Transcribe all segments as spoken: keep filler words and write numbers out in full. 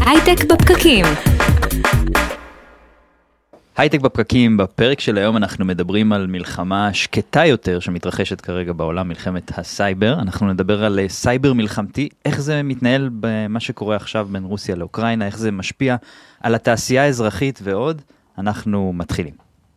הייטק בפקקים. הייטק בפקקים, בפרק של היום אנחנו מדברים על מלחמה שקטה יותר שמתרחשת כרגע בעולם, מלחמת הסייבר. אנחנו נדבר על סייבר מלחמתי, איך זה מתנהל במה שקורה עכשיו בין רוסיה לאוקראינה, איך זה משפיע על התעשייה האזרחית ועוד. אנחנו מתחילים.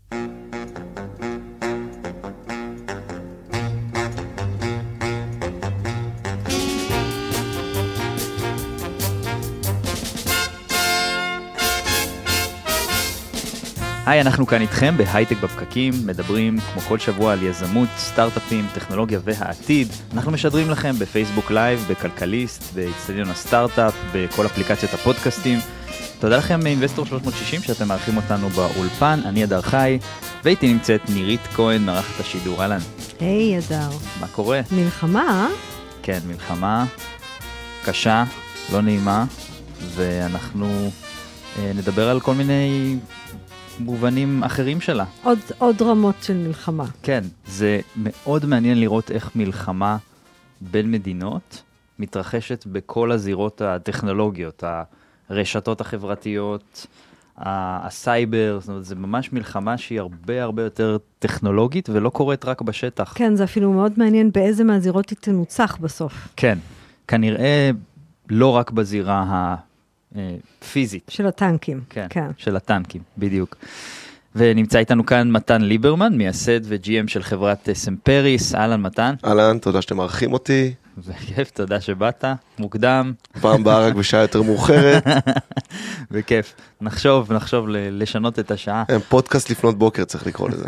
היי, אנחנו כאן איתכם בהייטק בפקקים, מדברים כמו כל שבוע על יזמות, סטארט-אפים, טכנולוגיה והעתיד. אנחנו משדרים לכם בפייסבוק לייב, בכלכליסט, באצטדיון הסטארט-אפ, בכל אפליקציות הפודקאסטים. תודה לכם מאינבסטור שלוש מאות שישים שאתם מארחים אותנו באולפן, אני אדר חי, ואיתי נמצאת נירית כהן, מערכת השידור. אהלן. היי, אדר. מה קורה? מלחמה? כן, מלחמה קשה, לא נעימה, ואנחנו אה, נדבר על כל מיני מובנים אחרים שלה. עוד, עוד רמות של מלחמה. כן, זה מאוד מעניין לראות איך מלחמה בין מדינות מתרחשת בכל הזירות הטכנולוגיות, הרשתות החברתיות, הסייבר, זאת אומרת, זה ממש מלחמה שהיא הרבה הרבה יותר טכנולוגית ולא קורית רק בשטח. כן, זה אפילו מאוד מעניין באיזה מהזירות היא תנוצח בסוף. כן, כנראה לא רק בזירה ה... פיזית. של הטנקים. כן, כן, של הטנקים, בדיוק. ונמצא איתנו כאן מתן ליברמן, מייסד ו-ג'י אם של חברת סמפריס. אהלן מתן. אהלן, תודה שאתם מארחים אותי. וכיף, תודה שבאת, מוקדם. פעם באה רק בשעה יותר מאוחרת. וכיף, נחשוב, נחשוב לשנות את השעה. פודקאסט לפנות בוקר צריך לקרוא לזה.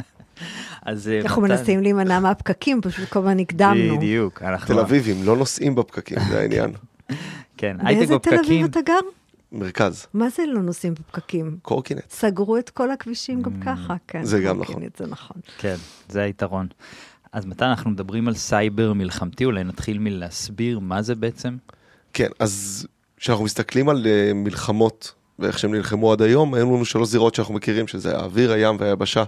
אז אנחנו מנסים להימנע מהפקקים, פשוט כל הזמן הקדמנו. בדיוק. תל אביבים, לא נוסעים בפקקים, זה העניין. כן, הייטק בפקקים. באיזה תל אביב אתה גר? מרכז. מה זה לא נוסעים בפקקים? קורקינט. סגרו את כל הכבישים גם ככה, כן. זה גם נכון. קורקינט, זה נכון. כן, זה היתרון. אז מתי אנחנו מדברים על סייבר מלחמתי, אולי נתחיל מלהסביר מה זה בעצם? כן, אז כשאנחנו מסתכלים על uh, מלחמות, ואיך שהם נלחמו עד היום, היו לנו שלוש זירות שאנחנו מכירים, שזה האוויר, הים והיבשה.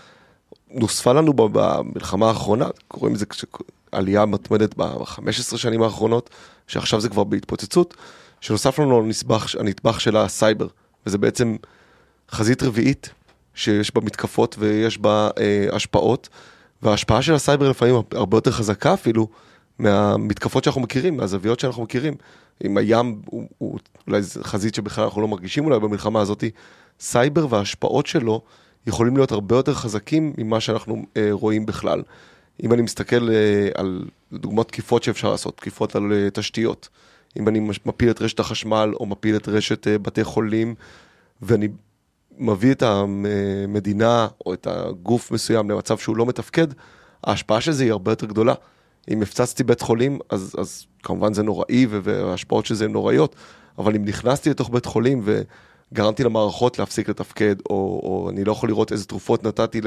נוספה לנו במלחמה האחרונה, קוראים לזה עלייה מתמדת ב-חמש עשרה שנים האחרונות, שעכשיו זה כבר בהתפוצצות, שנוסף לנו הנטבח, הנטבח של הסייבר, וזה בעצם חזית רביעית, שיש בה מתקפות ויש בה אה, השפעות, וההשפעה של הסייבר לפעמים הרבה יותר חזקה אפילו, מהמתקפות שאנחנו מכירים, מהזוויות שאנחנו מכירים. אם הים הוא, הוא אולי חזית שבכלל אנחנו לא מרגישים אולי במלחמה הזאת, סייבר וההשפעות שלו יכולים להיות הרבה יותר חזקים ממה שאנחנו אה, רואים בכלל. אם אני מסתכל אה, על דוגמאות תקיפות שאפשר לעשות, תקיפות על אה, תשתיות, אם אני מפיל את רשת החשמל או מפיל את רשת אה, בתי חולים, ואני מביא את המדינה או את הגוף מסוים למצב שהוא לא מתפקד, ההשפעה של זה היא הרבה יותר גדולה. אם הפצצתי בית חולים, אז, אז כמובן זה נוראי, וההשפעות של זה הן נוראיות, אבל אם נכנסתי לתוך בית חולים וגרמתי למערכות להפסיק לתפקד, או, או אני לא יכול לראות איזה תרופות נתתי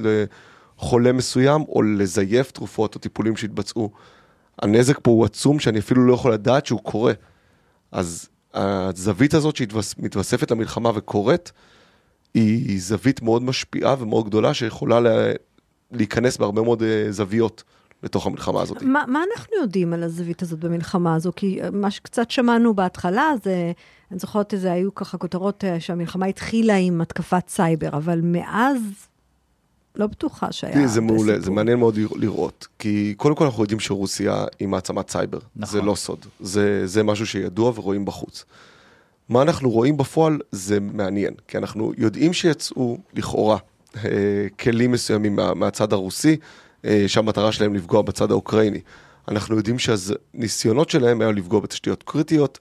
לחולה מסוים, או לזייף תרופות או טיפולים שהתבצעו, הנזק פה הוא עצום שאני אפילו לא יכול לדעת שהוא קורה. אז הזווית הזאת שמתווספת למלחמה וקורית, היא זווית מאוד משפיעה ומאוד גדולה, שיכולה לה... להיכנס בהרבה מאוד זוויות לתוך המלחמה הזאת. מה, מה אנחנו יודעים על הזווית הזאת במלחמה הזו? כי מה שקצת שמענו בהתחלה, זה, אני זוכרת איזה, היו ככה כותרות שהמלחמה התחילה עם התקפת סייבר, אבל מאז לא בטוחה שהיה... זה מעולה, זה מעניין מאוד לראות, כי קודם כל אנחנו יודעים שרוסיה היא מעצמת סייבר, נכון. זה לא סוד, זה, זה משהו שידוע ורואים בחוץ. מה אנחנו רואים בפועל זה מעניין, כי אנחנו יודעים שיצאו לכאורה כלים מסוימים מה, מהצד הרוסי, שהמטרה שלהם לפגוע בצד האוקראיני. אנחנו יודעים שהניסיונות שלהם היו לפגוע בתשתיות קריטיות,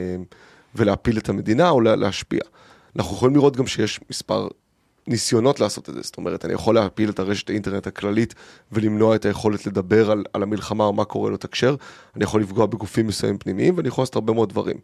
ולהפיל את המדינה או להשפיע. אנחנו יכולים לראות גם שיש מספר ניסיונות לעשות את זה, זאת אומרת, אני יכול להפיל את הרשת האינטרנט הכללית, ולמנוע את היכולת לדבר על, על המלחמה או מה קורה לו תקשר, אני יכול לפגוע בגופים מסוימים פנימיים, ואני יכול לעשות הרבה מאוד דברים.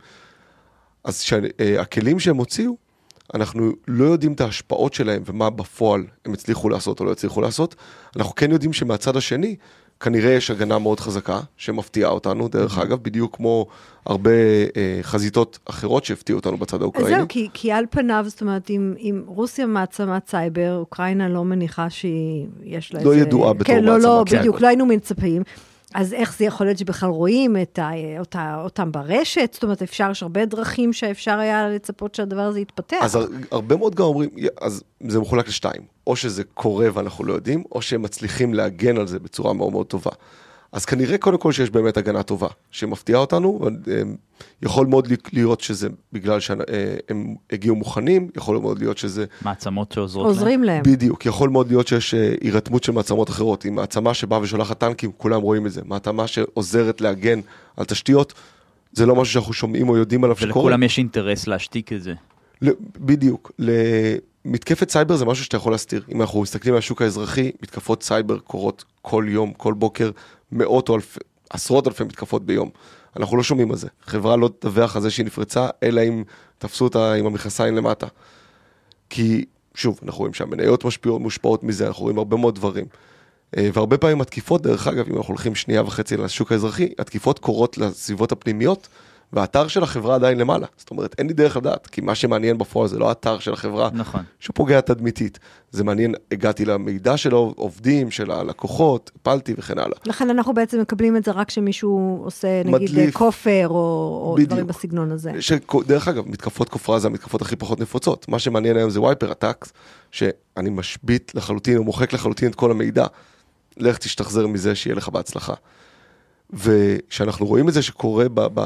אז שהכלים שהם הוציאו, אנחנו לא יודעים את ההשפעות שלהם ומה בפועל הם הצליחו לעשות או לא הצליחו לעשות. אנחנו כן יודעים שמהצד השני, כנראה יש הגנה מאוד חזקה שמפתיעה אותנו, דרך אגב, בדיוק כמו הרבה אה, חזיתות אחרות שהפתיעו אותנו בצד האוקראיני. זהו, כי, כי על פניו, זאת אומרת, אם, אם רוסיה מעצמת סייבר, אוקראינה לא מניחה שיש לה לא איזה... ידועה בתור כן, מעצמת לא, לא, סייבר. בדיוק, לא היינו מצפים. אז איך זה יכול להיות שבכלל רואים את ה, אותה, אותם ברשת? זאת אומרת, אפשר, יש הרבה דרכים שאפשר היה לצפות שהדבר הזה יתפתח. אז הרבה מאוד גם אומרים, אז זה מחולק לשתיים. או שזה קורה ואנחנו לא יודעים, או שהם מצליחים להגן על זה בצורה מאוד מאוד טובה. אז כנראה קודם כל שיש באמת הגנה טובה, שמפתיעה אותנו, יכול מאוד להיות שזה בגלל שהם הגיעו מוכנים, יכול מאוד להיות שזה... מעצמות שעוזרות עוזרים להם. בדיוק, יכול מאוד להיות שיש הירתמות של מעצמות אחרות, עם מעצמה שבאה ושולחת טנקים, כולם רואים את זה, מעצמה שעוזרת להגן על תשתיות, זה לא משהו שאנחנו שומעים או יודעים עליו שקורה. ולכולם יש אינטרס להשתיק את זה. בדיוק, למתקפת סייבר זה משהו שאתה יכול להסתיר, אם אנחנו מסתכלים על השוק האזרחי, מתקפות סייבר קורות כל יום, כל בוקר, מאות או אלפי, עשרות אלפי מתקפות ביום. אנחנו לא שומעים על זה. חברה לא תדווח על זה שהיא נפרצה, אלא אם תפסו אותה עם המכנסיים למטה. כי, שוב, אנחנו רואים שהמניות משפיעות, מושפעות מזה, אנחנו רואים הרבה מאוד דברים. והרבה פעמים התקיפות, דרך אגב, אם אנחנו הולכים שנייה וחצי לשוק האזרחי, התקיפות קורות לסביבות הפנימיות, והאתר של החברה עדיין למעלה. זאת אומרת, אין לי דרך לדעת, כי מה שמעניין בפועל זה לא האתר של החברה, נכון. שפוגע תדמיתית. זה מעניין, הגעתי למידע של העובדים, של הלקוחות, הפלתי וכן הלאה. לכן אנחנו בעצם מקבלים את זה רק שמישהו עושה, נגיד, מדליף, כופר או, או דברים בסגנון הזה. דרך אגב, מתקפות כופרה זה המתקפות הכי פחות נפוצות. מה שמעניין היום זה וייפר אטאקס, שאני משבית לחלוטין, או מוחק לחלוטין את כל המידע. לך תשתחזר מזה שיהיה לך בהצלחה. וכשאנחנו רואים את זה שקורה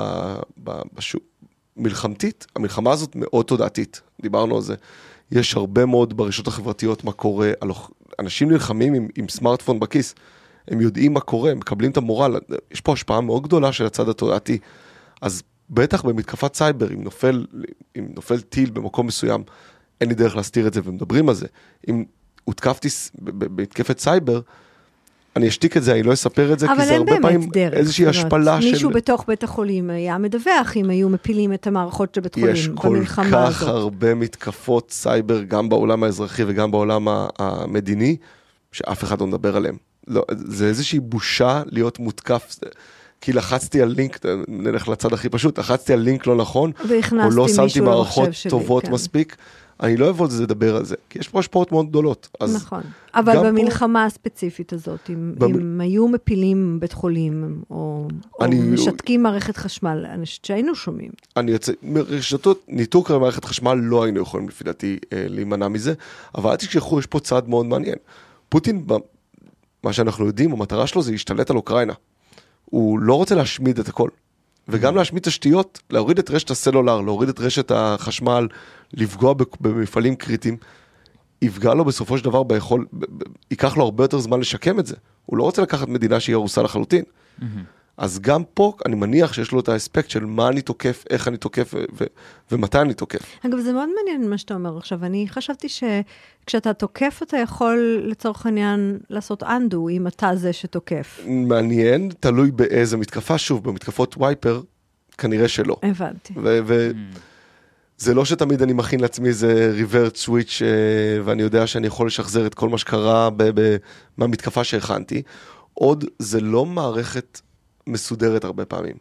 בשוק מלחמתית, המלחמה הזאת מאוד תודעתית, דיברנו על זה, יש הרבה מאוד ברשתות החברתיות מה קורה, אנשים נלחמים עם, עם סמארטפון בכיס, הם יודעים מה קורה, הם מקבלים את המורל, יש פה השפעה מאוד גדולה של הצד התודעתי, אז בטח במתקפת סייבר, אם נופל, אם נופל טיל במקום מסוים, אין לי דרך להסתיר את זה ומדברים על זה, אם הותקפתי במתקפת סייבר, אני אשתיק את זה, אני לא אספר את זה, כי זה הרבה פעמים איזושהי השפלה של... מישהו בתוך בית החולים היה מדווח אם היו מפילים את המערכות של בית חולים במלחמה הזאת. יש כל כך הרבה מתקפות סייבר, גם בעולם האזרחי וגם בעולם המדיני, שאף אחד לא מדבר עליהם. לא, זה איזושהי בושה להיות מותקף, כי לחצתי על לינק, נלך לצד הכי פשוט, לחצתי על לינק לא נכון, או לא שמתי מערכות טובות מספיק, אני לא אבוא לזה לדבר על זה, כי יש פה השפעות מאוד גדולות. נכון, אבל במלחמה הספציפית הזאת, אם, במ... אם היו מפילים בית חולים, או, אני... או משתקים מערכת חשמל, אני חושבת שהיינו שומעים. אני יוצא, רשתות, ניתוק מערכת חשמל לא היינו יכולים לפי דעתי להימנע מזה, אבל אל תשכחו, יש פה צעד מאוד מעניין. פוטין, מה שאנחנו יודעים, המטרה שלו זה להשתלט על אוקראינה. הוא לא רוצה להשמיד את הכל. וגם להשמיד תשתיות, להוריד את רשת הסלולר, להוריד את רשת החשמל, לפגוע במפעלים קריטיים, יפגע לו בסופו של דבר ביכול, ייקח לו הרבה יותר זמן לשקם את זה. הוא לא רוצה לקחת מדינה שהיא הרוסה לחלוטין. אז גם פה אני מניח שיש לו את האספקט של מה אני תוקף, איך אני תוקף ו- ומתי אני תוקף. אגב, זה מאוד מעניין מה שאתה אומר עכשיו. אני חשבתי שכשאתה תוקף, אתה יכול לצורך העניין לעשות אנדו, אם אתה זה שתוקף. מעניין, תלוי באיזה מתקפה. שוב, במתקפות וייפר, כנראה שלא. הבנתי. ו- ו- זה לא שתמיד אני מכין לעצמי איזה ריברט סוויץ' ואני יודע שאני יכול לשחזר את כל מה שקרה מהמתקפה שהכנתי. עוד זה לא מערכת מסודרת הרבה פעמים.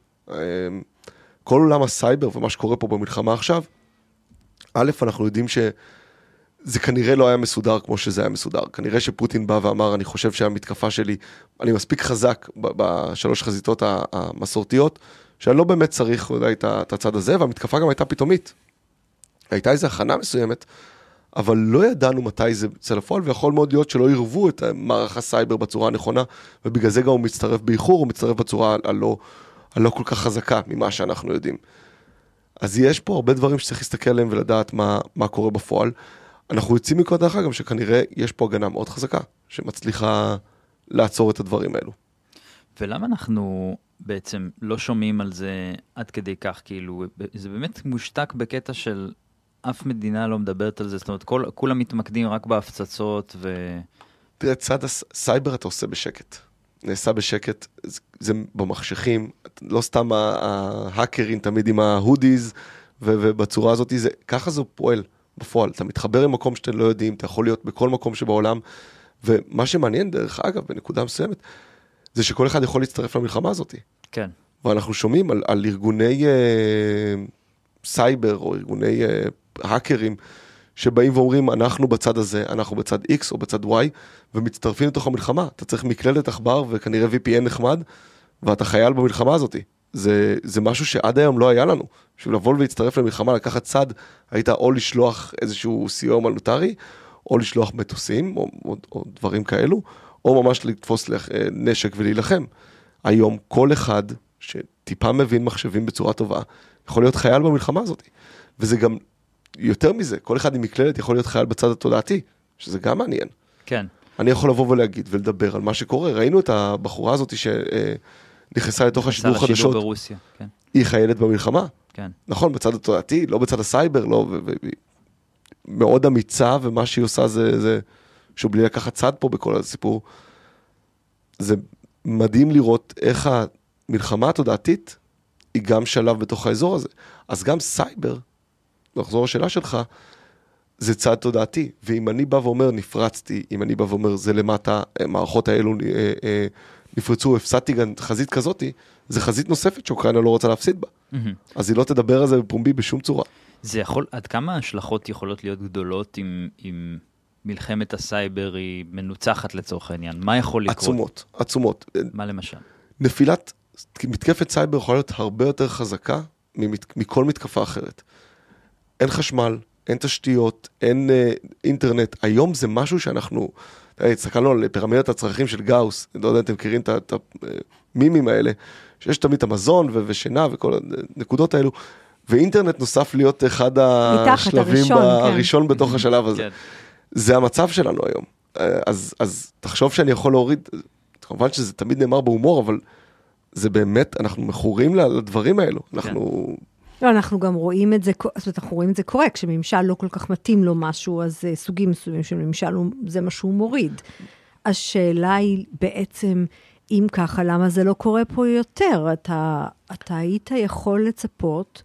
כל עולם הסייבר ומה שקורה פה במלחמה עכשיו, א', אנחנו יודעים שזה כנראה לא היה מסודר כמו שזה היה מסודר. כנראה שפוטין בא ואמר, אני חושב שהמתקפה שלי, אני מספיק חזק בשלוש חזיתות המסורתיות, שאני לא באמת צריך אולי את הצד הזה, והמתקפה גם הייתה פתאומית. הייתה איזו הכנה מסוימת, אבל לא ידענו מתי זה יצא לפועל, ויכול מאוד להיות שלא ירבו את מערך הסייבר בצורה הנכונה, ובגלל זה גם הוא מצטרף באיחור, הוא מצטרף בצורה הלא, הלא כל כך חזקה ממה שאנחנו יודעים. אז יש פה הרבה דברים שצריך להסתכל עליהם ולדעת מה, מה קורה בפועל. אנחנו יוצאים מכל דרך גם שכנראה יש פה הגנה מאוד חזקה, שמצליחה לעצור את הדברים האלו. ולמה אנחנו בעצם לא שומעים על זה עד כדי כך, כאילו, זה באמת מושתק בקטע של אף מדינה לא מדברת על זה, זאת אומרת, כל, כולם מתמקדים רק בהפצצות ו... תראה, צד הסייבר אתה עושה בשקט. נעשה בשקט, זה, זה במחשכים, לא סתם ההאקרים תמיד עם ההודיז, ו, ובצורה הזאת, זה, ככה זה פועל בפועל. אתה מתחבר עם מקום שאתם לא יודעים, אתה יכול להיות בכל מקום שבעולם, ומה שמעניין דרך אגב, בנקודה מסוימת, זה שכל אחד יכול להצטרף למלחמה הזאת. כן. ואנחנו שומעים על, על ארגוני אה, סייבר, או ארגוני אה, האקרים, שבאים ואומרים, אנחנו בצד הזה, אנחנו בצד X או בצד Y, ומצטרפים לתוך המלחמה. אתה צריך מקלדת עכבר וכנראה וי פי אן נחמד, ואתה חייל במלחמה הזאת. זה, זה משהו שעד היום לא היה לנו. בשביל לבוא ולהצטרף למלחמה, לקחת צד, היית או לשלוח איזשהו סיוע הומניטרי, או לשלוח מטוסים, או, או, או דברים כאלו, או ממש לתפוס נשק ולהילחם. היום כל אחד שטיפה מבין מחשבים בצורה טובה, יכול להיות חייל במלחמה הזאת. וזה גם יותר מזה, כל אחד עם מקללת יכול להיות חייל בצד התודעתי, שזה גם מעניין. כן. אני יכול לבוא ולהגיד ולדבר על מה שקורה. ראינו את הבחורה הזאת שנכנסה לתוך השידור חדשות. השידור ברוסיה, כן. היא חיילת במלחמה. כן. נכון, בצד התודעתי, לא בצד הסייבר, לא, מאוד אמיצה, ומה שהיא עושה זה, זה, שהוא בלי לקחת צד פה בכל הסיפור. זה מדהים לראות איך המלחמה התודעתית היא גם שלב בתוך האזור הזה. אז גם סייבר, לחזור לשאלה שלך, זה צד תודעתי, ואם אני בא ואומר נפרצתי, אם אני בא ואומר זה למטה, מערכות האלו אה, אה, נפרצו, הפסדתי גם חזית כזאתי, זה חזית נוספת שאוקראינה לא רוצה להפסיד בה. Mm-hmm. אז היא לא תדבר על זה בפומבי בשום צורה. זה יכול, עד כמה ההשלכות יכולות להיות גדולות אם, אם מלחמת הסייבר היא מנוצחת לצורך העניין? מה יכול לקרות? עצומות, עצומות. מה למשל? נפילת, מתקפת סייבר יכולה להיות הרבה יותר חזקה ממת, מכל מתקפה אחרת. אין חשמל, אין תשתיות, אין אה, אינטרנט. היום זה משהו שאנחנו, הסתכלנו על פירמידת הצרכים של גאוס, לא יודע אם אתם מכירים את המימים האלה, שיש תמיד את המזון ו- ושינה וכל הנקודות האלו, ואינטרנט נוסף להיות אחד השלבים הראשון, הראשון כן. בתוך השלב הזה. כן. זה המצב שלנו היום. אז, אז תחשוב שאני יכול להוריד, כמובן שזה תמיד נאמר בהומור, אבל זה באמת, אנחנו מכורים לדברים האלו. אנחנו... לא, אנחנו גם רואים את זה, זאת אומרת, אנחנו רואים את זה קורה, כשממשל לא כל כך מתאים לו משהו, אז סוגים מסוימים של ממשל, זה מה שהוא מוריד. השאלה היא בעצם, אם ככה, למה זה לא קורה פה יותר? אתה, אתה היית יכול לצפות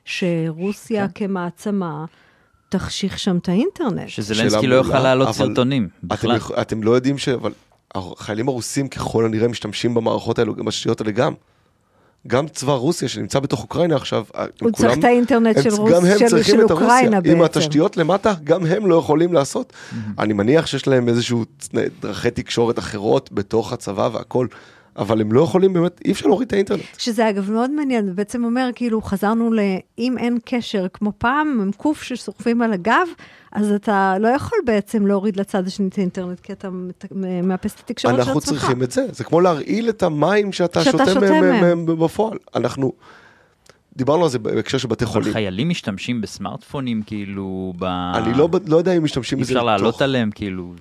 שרוסיה כן. כמעצמה תחשיך שם את האינטרנט. שזלנסקי לא יוכל לעלות סרטונים. אתם, אתם לא יודעים ש... אבל החיילים הרוסים ככל הנראה משתמשים במערכות האלו, בשטויות האלה גם. גם צבא רוסיה שנמצא בתוך אוקראינה עכשיו, הוא צריך את האינטרנט של רוסיה, גם הם צריכים את אוקראינה בעצם. עם התשתיות למטה, גם הם לא יכולים לעשות. אני מניח שיש להם איזשהו דרכי תקשורת אחרות בתוך הצבא והכל, אבל הם לא יכולים באמת, אי אפשר להוריד את האינטרנט. שזה אגב מאוד מעניין, בעצם אומר כאילו חזרנו לאם אין קשר כמו פעם, עם קוף שסוחפים על הגב, אז אתה לא יכול בעצם להוריד לצד השני את האינטרנט, כי אתה מאפס את התקשורת של עצמך. אנחנו צריכים את זה, זה כמו להרעיל את המים שאתה שותה מהם בפועל. אנחנו דיברנו על זה בהקשר של בתי חולים. אבל חיילים משתמשים בסמארטפונים כאילו ב... אני לא יודע אם משתמשים בזה. אפשר לעלות עליהם כאילו...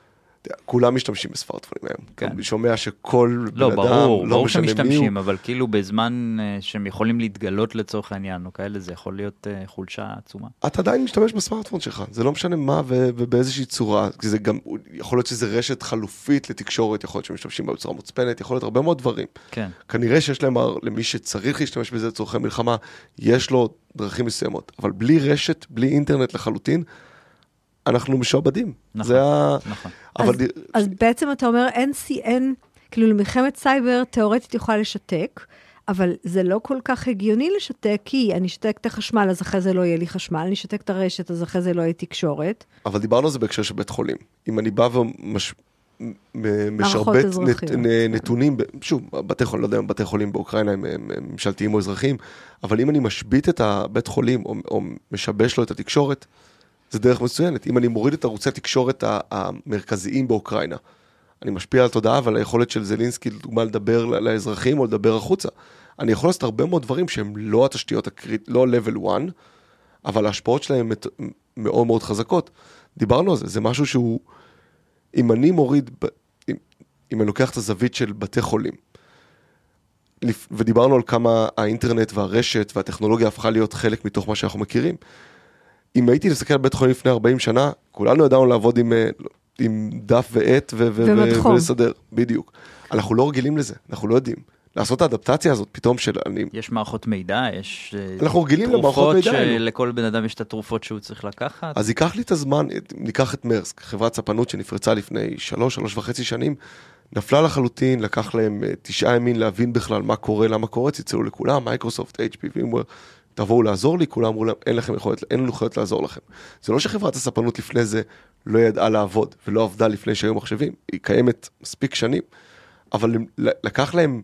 כולם משתמשים בסמארטפונים היום. כן. אני שומע שכל לא, בן ברור, אדם, ברור לא משנה מי הוא. שמשתמשים, אבל כאילו בזמן שהם יכולים להתגלות לצורך העניין, או כאלה, זה יכול להיות חולשה עצומה. אתה עדיין משתמש בסמארטפון שלך, זה לא משנה מה ו- ובאיזושהי צורה, זה גם, יכול להיות שזה רשת חלופית לתקשורת, יכול להיות שמשתמשים בה בצורה מוצפנת, יכול להיות הרבה מאוד דברים. כן. כנראה שיש להם, למי שצריך להשתמש בזה לצורכי מלחמה, יש לו דרכים מסוימות, אבל בלי רשת, בלי אינטרנט לחלוטין, אנחנו משועבדים. נכון, זה ה... נכון. אז, ד... אז בעצם אתה אומר, אין סי אן, כאילו למלחמת סייבר, תיאורטית יכולה לשתק, אבל זה לא כל כך הגיוני לשתק, כי אני אשתק את החשמל, אז אחרי זה לא יהיה לי חשמל, אני אשתק את הרשת, אז אחרי זה לא יהיה תקשורת. אבל דיברנו על זה בהקשר של בית חולים. אם אני בא ומשרבט נת... נתונים, שוב, בתי חולים, לא יודע אם בתי חולים באוקראינה הם, הם, הם ממשלתיים או אזרחיים, אבל אם אני משבית את הבית חולים, או, או משבש לו את התקשורת, זה דרך מצוינת. אם אני מוריד את ערוצי התקשורת המרכזיים באוקראינה, אני משפיע על תודעה ועל היכולת של זלינסקי, לדוגמה, לדבר לאזרחים או לדבר החוצה. אני יכול לעשות הרבה מאוד דברים שהם לא התשתיות הקריט, לא level one, אבל ההשפעות שלהם מאוד מאוד חזקות. דיברנו על זה, זה משהו שהוא, אם אני מוריד, אם, אם אני לוקח את הזווית של בתי חולים, ודיברנו על כמה האינטרנט והרשת והטכנולוגיה הפכה להיות חלק מתוך מה שאנחנו מכירים, אם הייתי להסתכל על בית חולים לפני ארבעים שנה, כולנו ידענו לעבוד עם, עם דף ועט ו- ו- ולסדר, בדיוק. אנחנו לא רגילים לזה, אנחנו לא יודעים. לעשות את האדפטציה הזאת, פתאום של... אני... יש מערכות מידע, יש אנחנו רגילים למערכות מידע. תרופות שלכל בן אדם יש את התרופות שהוא צריך לקחת. אז ייקח לי את הזמן, ניקח את מרסק, חברת ספנות שנפרצה לפני שלוש, שלוש וחצי שנים, נפלה לחלוטין, לקח להם תשעה ימין להבין בכלל מה קורה, למה קורה, צלצלו לכולם, מייקרוסופט, אייץ' פי, וימוור, תבואו לעזור לי, כולם אמרו להם, אין לכם יכולת, אין לנו יכולת לעזור לכם. זה לא שחברת הספנות לפני זה לא ידעה לעבוד, ולא עבדה לפני שהיו מחשבים, היא קיימת מספיק שנים, אבל לקח להם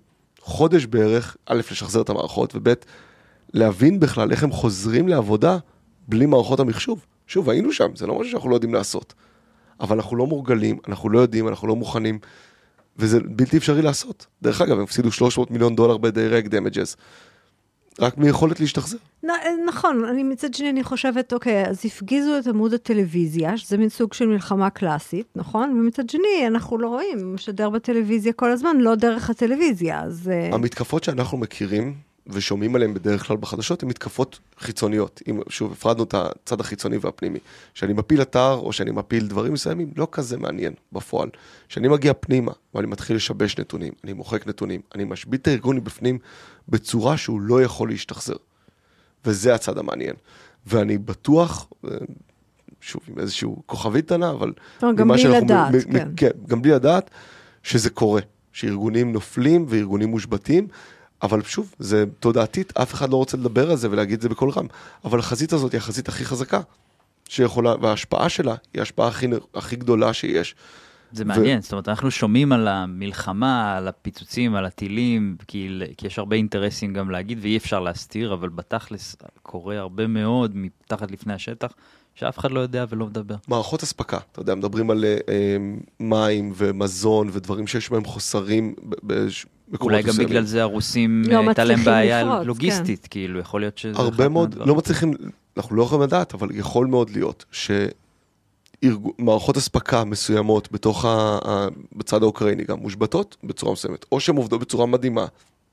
חודש בערך, א', לשחזר את המערכות, וב', להבין בכלל איך הם חוזרים לעבודה בלי מערכות המחשוב. שוב, היינו שם, זה לא משהו שאנחנו לא יודעים לעשות. אבל אנחנו לא מורגלים, אנחנו לא יודעים, אנחנו לא מוכנים, וזה בלתי אפשרי לעשות. דרך אגב, הם הפסידו שלוש מאות מיליון דולר ב-direct damages, רק מיכולת להשתחזר. נכון, אני מצד שני, אני חושבת, אוקיי, אז הפגיזו את עמוד הטלוויזיה, שזה מין סוג של מלחמה קלאסית, נכון? ומצד שני, אנחנו לא רואים, משדר בטלוויזיה כל הזמן, לא דרך הטלוויזיה, אז... המתקפות שאנחנו מכירים, ושומעים עליהם בדרך כלל בחדשות, הן מתקפות חיצוניות. אם, שוב, הפרדנו את הצד החיצוני והפנימי. שאני מפיל אתר, או שאני מפיל דברים מסוימים, לא כזה מעניין בפועל. שאני מגיע פנימה, ואני מתחיל לשבש נתונים, אני מוחק נתונים, אני משבית את הארגון בפנים, בצורה שהוא לא יכול להשתחזר. וזה הצד המעניין. ואני בטוח, שוב, עם איזשהו כוכבית קטנה, אבל... גם בלי לדעת, מ- כן. כן, גם בלי לדעת שזה קורה. שארגונים נופלים וארגונים מושבתים, אבל שוב, זה תודעתית, אף אחד לא רוצה לדבר על זה ולהגיד את זה בכל רם. אבל החזית הזאת היא החזית הכי חזקה שיכולה, וההשפעה שלה היא ההשפעה הכי, הכי גדולה שיש. זה מעניין, ו... זאת אומרת, אנחנו שומעים על המלחמה, על הפיצוצים, על הטילים, כי, כי יש הרבה אינטרסים גם להגיד, ואי אפשר להסתיר, אבל בתכלס קורה הרבה מאוד מתחת לפני השטח, שאף אחד לא יודע ולא מדבר. מערכות הספקה, אתה יודע, מדברים על אה, מים ומזון ודברים שיש בהם חוסרים במקומות אולי גם מסוימים. בגלל זה הרוסים לא הייתה להם בעיה לפרוץ, לוגיסטית, כן. כאילו, יכול להיות שזה... הרבה מאוד, לא מצליחים, אנחנו לא יכולים לדעת, אבל יכול מאוד להיות שמערכות הספקה מסוימות בתוך ה, ה, בצד האוקראיני גם מושבתות בצורה מסוימת, או שהן עובדות בצורה מדהימה,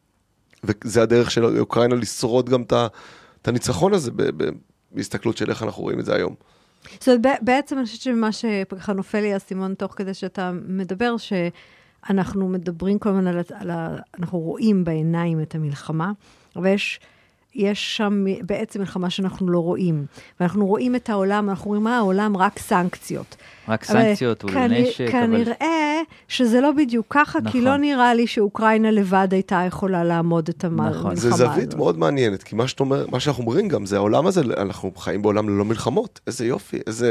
וזה הדרך של אוקראינה לשרוד גם את, את הניצחון הזה, ב, ב, בהסתכלות של איך אנחנו רואים את זה היום. זאת אומרת, בעצם אני חושבת שמה שככה נופל לי הסימון תוך כדי שאתה מדבר, שאנחנו מדברים כל הזמן על, על ה... אנחנו רואים בעיניים את המלחמה, ויש יש שם בעצם מלחמה שאנחנו לא רואים. ואנחנו רואים את העולם, אנחנו רואים מה העולם רק סנקציות. רק סנקציות ונשק. כנראה אבל... שזה לא בדיוק ככה, נכון. כי לא נראה לי שאוקראינה לבד הייתה יכולה לעמוד את המלחמה נכון. הזאת. זה זווית מאוד מעניינת, כי מה, אומר, מה שאנחנו אומרים גם, זה העולם הזה, אנחנו חיים בעולם ללא מלחמות. איזה יופי, איזה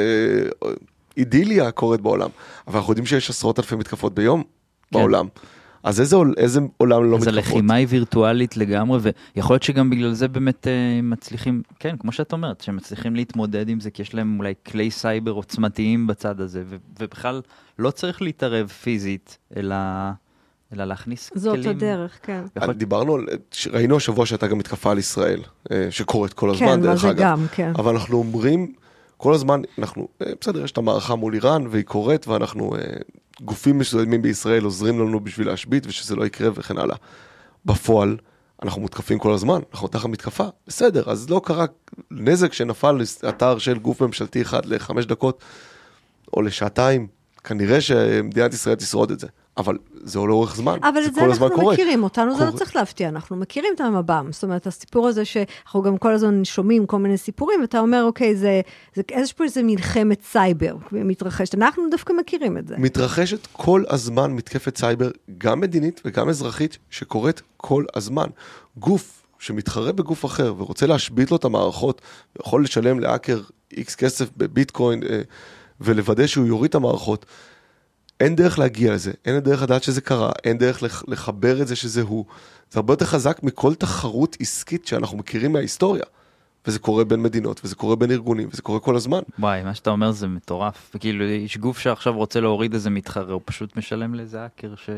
אידיליה קורית בעולם. אבל אנחנו יודעים שיש עשרות אלפי מתקפות ביום כן. בעולם. אז איזה, איזה עולם לא מתקפות? אז הלחימה היא וירטואלית לגמרי, ויכול להיות שגם בגלל זה באמת uh, מצליחים, כן, כמו שאת אומרת, שהם מצליחים להתמודד עם זה, כי יש להם אולי כלי סייבר עוצמתיים בצד הזה, ו- ובכלל לא צריך להתערב פיזית, אלא, אלא להכניס זאת כלים. זאת הדרך, כן. יכול... דיברנו, ראינו השבוע שהייתה גם מתקפה על ישראל, שקורית כל הזמן, כן, דרך אגב. גם, כן. אבל אנחנו אומרים, כל הזמן, אנחנו, בסדר, יש את המערכה מול איראן, והיא קורית, ואנחנו... גופים מסוימים בישראל עוזרים לנו בשביל להשבית, ושזה לא יקרה וכן הלאה. בפועל, אנחנו מותקפים כל הזמן, אנחנו תחת מתקפה, בסדר, אז לא קרה נזק שנפל לאתר של גוף ממשלתי אחד לחמש דקות, או לשעתיים, כנראה שמדינת ישראל תשרוד את זה. אבל זה לא אורך זמן, אבל זה את זה כל הזמן אנחנו קורה. מכירים, אותנו קורה. זה לא צריך להפתיע, אנחנו מכירים את המב"ם, זאת אומרת, הסיפור הזה שאנחנו גם כל הזמן שומעים כל מיני סיפורים, ואתה אומר, אוקיי, זה, זה, יש פה איזה מלחמת סייבר מתרחשת, אנחנו דווקא מכירים את זה. מתרחשת כל הזמן מתקפת סייבר, גם מדינית וגם אזרחית, שקורית כל הזמן. גוף שמתחרה בגוף אחר, ורוצה להשבית לו את המערכות, יכול לשלם לאקר איקס כסף בביטקוין, ולוודא שהוא יוריד את המערכות, אין דרך להגיע לזה, אין דרך לדעת שזה קרה, אין דרך לחבר את זה שזה הוא. זה הרבה יותר חזק מכל תחרות עסקית שאנחנו מכירים מההיסטוריה. וזה קורה בין מדינות, וזה קורה בין ארגונים, וזה קורה כל הזמן. וואי, מה שאתה אומר זה מטורף. וכאילו, יש גוף שעכשיו רוצה להוריד איזה מתחרה, הוא פשוט משלם לאיזה האקר ש...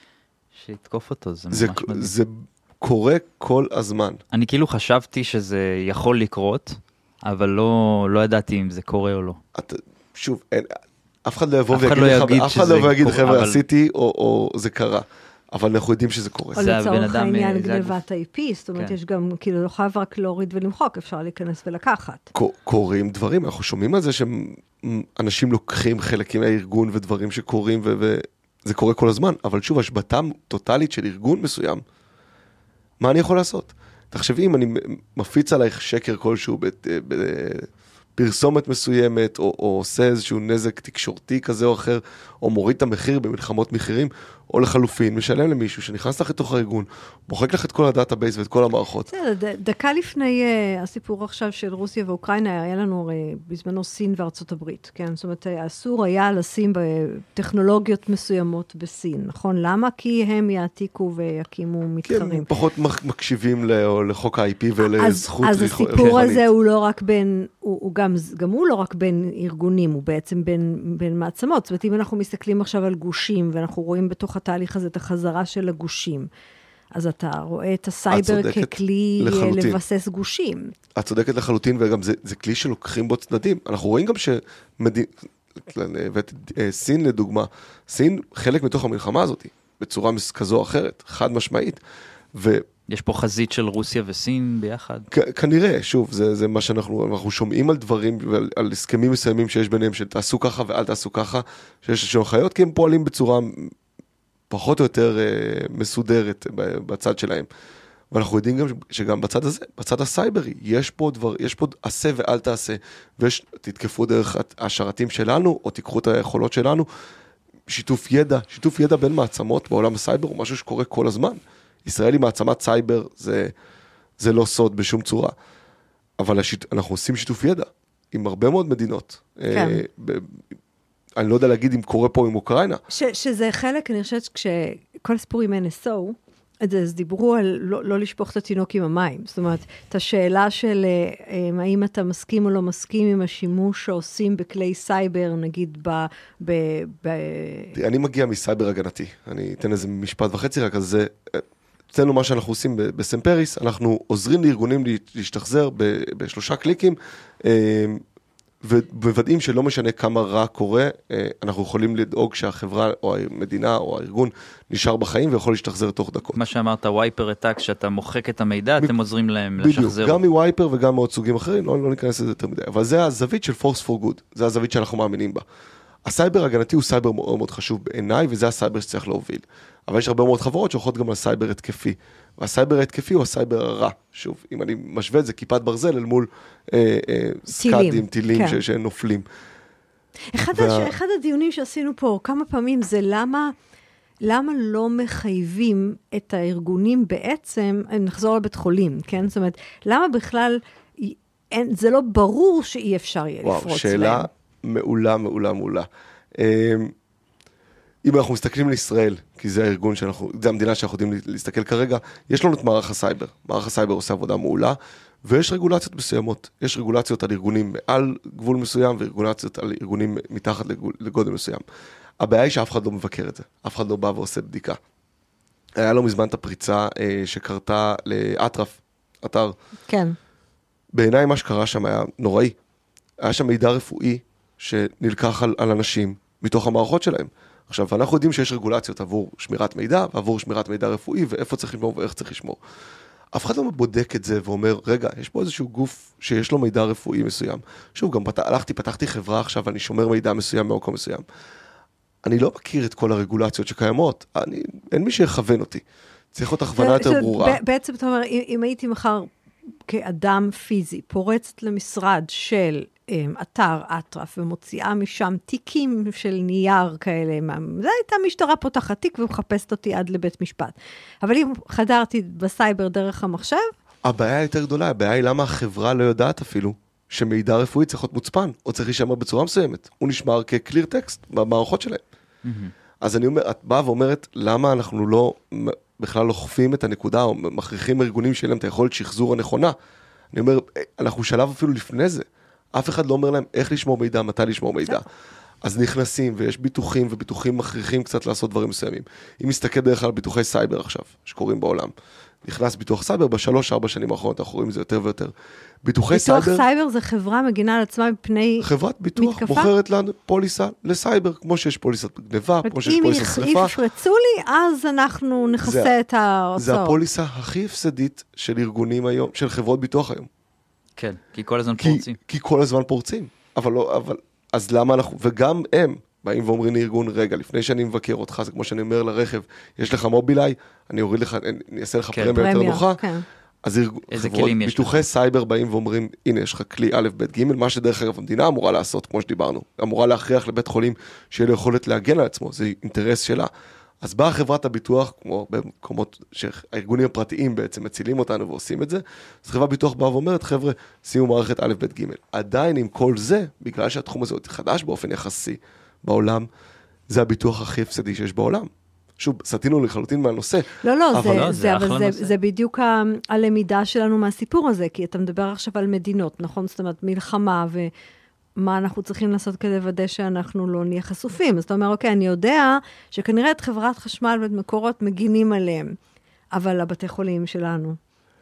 שיתקוף אותו, זה ממש זה, מדהים. זה קורה כל הזמן. אני כאילו חשבתי שזה יכול לקרות, אבל לא, לא ידעתי אם זה קורה או לא. את, שוב, אין... אף אחד לא יבוא ויגיד, אף אחד לא יבוא ויגיד, חבר'ה, עשיתי, או זה קרה. אבל אנחנו יודעים שזה קורה. או לצורך העניין גנבת איי פי, זאת אומרת, יש גם, כאילו, לא חייב רק להוריד ולמחוק, אפשר להיכנס ולקחת. קורים דברים, אנחנו שומעים על זה שאנשים לוקחים חלקים מהארגון ודברים שקורים, וזה קורה כל הזמן, אבל שוב, השבתה טוטלית של ארגון מסוים, מה אני יכול לעשות? תחשבי, אם אני מפיץ עלייך שקר כלשהו פרסומת מסוימת, או, או עושה איזשהו נזק תקשורתי כזה או אחר, או מוריד את המחיר במלחמות מחירים, או לחלופין, משלם למישהו שנכנס לך לתוך הארגון, מוחק לך את כל הדאטאבייס ואת כל המערכות. בסדר, דקה לפני הסיפור עכשיו של רוסיה ואוקראינה, היה לנו בזמנו סין וארצות הברית, כן? זאת אומרת, אסור היה לשים בטכנולוגיות מסוימות בסין, נכון? למה? כי הם יעתיקו ויקימו מתחרים. כן, פחות מקשיבים לחוק ה-איי פי ולזכות אז הסיפור הזה הוא לא רק בין, הוא גם, גם הוא לא רק בין ארגונים, הוא בעצם בין, בין מעצמות. זאת אומרת, אם אנחנו מסתכלים עכשיו על גושים, ואנחנו רואים בתוך התהליך הזה את החזרה של הגושים, אז אתה רואה את הסייבר ככלי לחלוטין. לבסס גושים. את צודקת לחלוטין, וגם זה, זה כלי שלוקחים בו צדדים. אנחנו רואים גם שמדינה, סין לדוגמה, סין חלק מתוך המלחמה הזאת, בצורה כזו או אחרת, חד משמעית. ו... יש פה חזית של רוסיה וסין ביחד? כ- כנראה, שוב, זה, זה מה שאנחנו אנחנו שומעים על דברים, על, על הסכמים מסוימים שיש ביניהם, שתעשו ככה ואל תעשו ככה, שיש הנחיות, כי הם פועלים בצורה פחות או יותר אה, מסודרת בצד שלהם. ואנחנו יודעים גם שגם בצד הזה, בצד הסייברי, יש פה דבר, יש פה עשה ואל תעשה, ויש, תתקפו דרך השרתים שלנו, או תיקחו את היכולות שלנו, שיתוף ידע, שיתוף ידע בין מעצמות בעולם הסייבר, הוא משהו שקורה כל הזמן. ישראל היא מעצמת סייבר, זה, זה לא סוד בשום צורה. אבל השיט, אנחנו עושים שיתוף ידע עם הרבה מאוד מדינות. כן. אה, ב, אני לא יודע להגיד אם קורה פה עם אוקראינה. ש, שזה חלק, אני חושבת, כשכל הסיפור עם אן אס או, אז דיברו על לא, לא לשפוך את התינוק עם המים. זאת אומרת, את השאלה של האם אתה מסכים או לא מסכים עם השימוש שעושים בכלי סייבר, נגיד ב... ב, ב... אני מגיע מסייבר הגנתי. אני אתן איזה משפט וחצי, רק אז זה... אצלנו מה שאנחנו עושים בסמפריס, אנחנו עוזרים לארגונים להשתחזר בשלושה קליקים, ובוודאים שלא משנה כמה רע קורה, אנחנו יכולים לדאוג שהחברה או המדינה או הארגון נשאר בחיים ויכול להשתחזר תוך דקות. מה שאמרת, וייפר אטאק, שאתה מוחק את המידע, אתם עוזרים להם לשחזר. בדיוק, גם מווייפר וגם מעוד סוגים אחרים, לא, לא ניכנס לזה יותר מדי, אבל זה הזווית של Force for Good, זה הזווית שאנחנו מאמינים בה. הסייבר הגנתי הוא סייבר מאוד מאוד חשוב בעיניי, וזה הסייבר שצריך להוביל. אבל יש הרבה מאוד חברות שהולכות גם על סייבר התקפי. והסייבר ההתקפי הוא הסייבר הרע. שוב, אם אני משווה את זה, כיפת ברזל אל מול אה, אה, סקאדים, טילים כן. ש, שנופלים. אחד, וה... הש... אחד הדיונים שעשינו פה כמה פעמים זה למה, למה לא מחייבים את הארגונים בעצם, נחזור לבית חולים, כן? זאת אומרת, למה בכלל, אין, זה לא ברור שאי אפשר יהיה לפרוץ להם. וואו, שאלה מעולה, מעולה, מעולה. אם אנחנו מסתכלים לישראל, כי זה הארגון שאנחנו, זה המדינה שאנחנו יודעים להסתכל כרגע, יש לנו את מערך הסייבר. מערך הסייבר עושה עבודה מעולה, ויש רגולציות מסוימות. יש רגולציות על ארגונים מעל גבול מסוים, ורגולציות על ארגונים מתחת לגודל מסוים. הבעיה היא שאף אחד לא מבקר את זה. אף אחד לא בא ועושה בדיקה. היה לו מזמן את הפריצה אה, שקרתה לאטרף, אתר. כן. בעיניי מה שקרה שם היה נוראי. היה שם מידע רפואי שנלקח על, על אנשים מתוך המערכות שלהם. עכשיו, אנחנו יודעים שיש רגולציות עבור שמירת מידע, ועבור שמירת מידע רפואי, ואיפה צריך לשמור ואיך צריך לשמור. אף אחד לא בודק את זה ואומר, רגע, יש פה איזשהו גוף שיש לו מידע רפואי מסוים. שוב, גם פת... הלכתי, פתחתי חברה עכשיו, אני שומר מידע מסוים במקום מסוים. אני לא מכיר את כל הרגולציות שקיימות, אני... אין מי שיכוון אותי. צריך להיות הכוונה יותר ברורה. בעצם, אתה אומר, אם הייתי מחר כאדם פיזי, פורצת למשרד של אתר אטרף, ומוציאה משם תיקים של נייר כאלה, זה הייתה משטרה פותחת תיק, ומחפשת אותי עד לבית משפט. אבל אם חדרתי בסייבר דרך המחשב... הבעיה יותר גדולה, הבעיה היא למה החברה לא יודעת אפילו, שמידע רפואי צריך להיות מוצפן, או צריך להישמר בצורה מסוימת. הוא נשמר כקליר טקסט במערכות שלהם. אז אני אומר, את באה ואומרת, למה אנחנו לא, בכלל לא חופים את הנקודה, או מכריחים ארגונים שלהם את היכולת שחזור הנכונה. אני אומר, אנחנו שלב אפילו לפני זה. אף אחד לא אומר להם איך לשמור מידע, מתי לשמור מידע. אז נכנסים, ויש ביטוחים, וביטוחים מכריחים קצת לעשות דברים מסוימים. אם מסתכל דרך על ביטוחי סייבר עכשיו, שקורים בעולם, נכנס ביטוח סייבר, בשלוש, ארבע שנים האחרונות, אנחנו רואים את זה יותר ויותר. ביטוחי סייבר... ביטוח סייבר זה חברה מגינה על עצמה מפני מתקפה? חברת ביטוח מוכרת לנו פוליסה לסייבר, כמו שיש פוליסת גניבה, כמו שיש פוליסת שריפה. אם יפרצו לי, אז אנחנו נכסה את ההוצאות. זה הפוליסה הכי הפסדית של ארגונים היום, של חברות ביטוח היום. כן, כי כל הזמן פורצים. כי כל הזמן פורצים. אבל לא, אבל... אז למה אנחנו... וגם הם באים ואומרים לארגון, רגע, לפני שאני מבקר אותך, זה כמו שאני אומר לרכב, יש לך מובילאיי, אני אוריד לך, אני אעשה לך פרמיה יותר נוחה. אז חברות ביטוחי סייבר באים ואומרים, הנה, יש לך כלי א', ב', ג', מה שדרך אגב המדינה אמורה לעשות, כמו שדיברנו, אמורה להכריח לבית חולים שיהיה לו יכולת להגן על עצמו, זה אינטרס שלה. אז באה חברת הביטוח, כמו במקומות שהארגונים הפרטיים בעצם מצילים אותנו ועושים את זה, אז חברת ביטוח באה ואומרת, חבר'ה, שימו מערכת א', ב', ג'. עדיין עם כל זה, בגלל שהתחום הזה הוא חדש באופן יחסי בעולם, זה הביטוח הכי הפסדי שיש בעולם. שוב, סתינו לחלוטין מהנושא. לא, לא, אבל זה, לא, זה, זה אבל אחלה זה, נושא. זה בדיוק ה- הלמידה שלנו מהסיפור הזה, כי אתה מדבר עכשיו על מדינות, נכון? זאת אומרת, מלחמה ומה אנחנו צריכים לעשות כדי לוודא שאנחנו לא נהיה חשופים. אז אתה אומר, אוקיי, אני יודע שכנראה את חברת חשמל ואת מקורות מגינים עליהם, אבל הבתי חולים שלנו.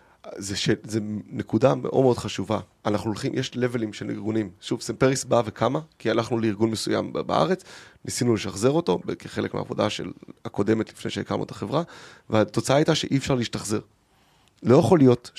זה, ש... זה נקודה מאוד מאוד חשובה. אנחנו הולכים, יש לבלים של ארגונים. שוב, סמפריס בא וכמה, כי הלכנו לארגון מסוים בארץ, ניסינו לשחזר אותו, כחלק מהעבודה של הקודמת לפני שהקמנו את החברה, והתוצאה הייתה שאי אפשר להשתחזר. לא יכול להיות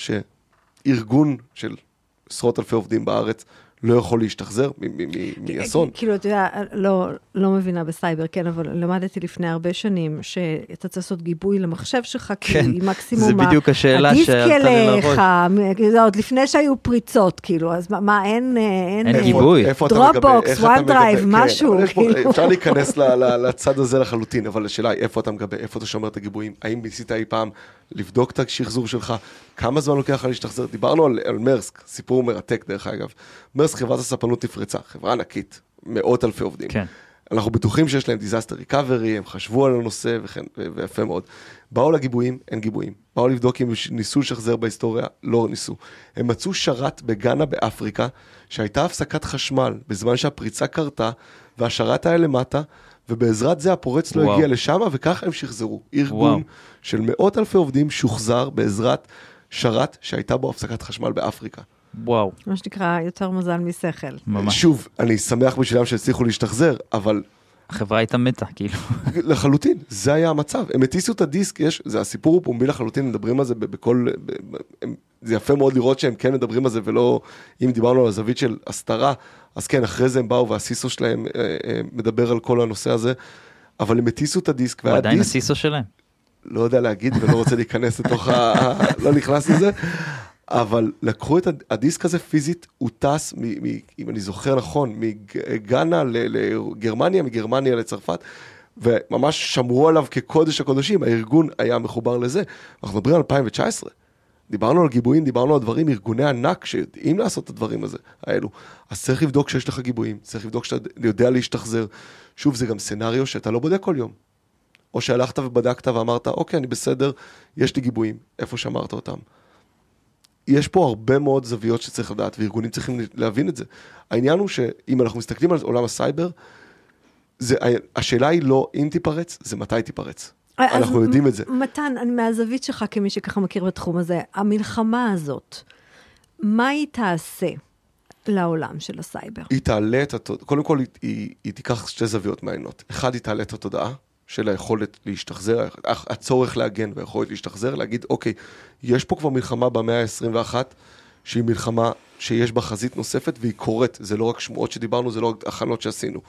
שארגון של עשרות אלפי עובדים בארץ, לא יכול להשתחזר מאסון. כאילו, אתה יודע, לא, לא מבינה בסייבר, כן, אבל למדתי לפני הרבה שנים, שאתה צריך לעשות גיבוי למחשב שלך, כי מקסימום... זה בדיוק השאלה שעלתה לי לראש. הדיסק אליך, זה עוד לפני שהיו פריצות, כאילו, אז מה, אין... אין גיבוי. דרופבוקס, וואן דרייב, משהו, כאילו. אפשר להיכנס לצד הזה לחלוטין, אבל השאלה היא, איפה אתה מגבה, איפה אתה שומר את הגיבויים, האם ניסית אי פעם לבדוק את השחזור שלך, כמה זמן לוקח להשתחזר? דיברנו על, על מרסק, סיפור מרתק דרך אגב. מרסק חברת הספנות נפרצה, חברה ענקית, מאות אלפי עובדים. כן. אנחנו בטוחים שיש להם דיזסטר ריקאברי, הם חשבו על הנושא וכן, ויפה מאוד. באו לגיבויים, אין גיבויים. באו לבדוק אם ניסו לשחזר בהיסטוריה, לא ניסו. הם מצאו שרת בגאנה באפריקה, שהייתה הפסקת חשמל בזמן שהפריצה קרתה, והשרת היה למטה, ובעזרת זה הפורץ לא הגיע לשם, וככה הם שחזרו. ארגון של מאות אלפי עובדים שוחזר בעזרת שרת שהייתה בו הפסקת חשמל באפריקה. וואו. מה שנקרא יותר מזל משכל. ממש. שוב, אני שמח בשבילם שהצליחו להשתחזר, אבל... החברה הייתה מתה, כאילו. לחלוטין, זה היה המצב. הם הטיסו את הדיסק, יש, זה הסיפור הוא פומבי לחלוטין, מדברים על זה בכל... ב, ב, הם, זה יפה מאוד לראות שהם כן מדברים על זה, ולא, אם דיברנו על הזווית של הסתרה, אז כן, אחרי זה הם באו, והסיסו שלהם אה, אה, מדבר על כל הנושא הזה, אבל הם הטיסו את הדיסק, הוא עדיין הסיסו שלהם. לא יודע להגיד, ולא רוצה להיכנס לתוך ה... לא נכנס לזה, אבל לקחו את הדיסק הזה פיזית, הוא טס, מ, מ, אם אני זוכר נכון, מגאנה לגרמניה, מגרמניה לצרפת, וממש שמרו עליו כקודש הקודשים, הארגון היה מחובר לזה. אנחנו מדברים על אלפיים תשע עשרה. דיברנו על גיבויים, דיברנו על דברים, ארגוני ענק שיודעים לעשות את הדברים הזה, האלו. אז צריך לבדוק שיש לך גיבויים, צריך לבדוק שאתה יודע להשתחזר. שוב, זה גם סנריו שאתה לא בודק כל יום. או שהלכת ובדקת ואמרת, אוקיי, אני בסדר, יש לי גיבויים, איפה שמרת אותם. יש פה הרבה מאוד זוויות שצריך לדעת, וארגונים צריכים להבין את זה. העניין הוא שאם אנחנו מסתכלים על עולם הסייבר, זה, השאלה היא לא אם תיפרץ, זה מתי תיפרץ. אנחנו יודעים את זה. מתן, מהזווית שלך כמי שככה מכיר בתחום הזה, המלחמה הזאת, מה היא תעשה לעולם של הסייבר? היא תעלה את התודעה, קודם כל היא, היא, היא תיקח שתי זוויות מעניינות. אחד, היא תעלה את התודעה של היכולת להשתחזר, הצורך להגן והיכולת להשתחזר, להגיד, אוקיי, יש פה כבר מלחמה במאה ה-עשרים ואחת, שהיא מלחמה שיש בה חזית נוספת, והיא קורית. זה לא רק שמועות שדיברנו, זה לא רק הכנות שעשינו.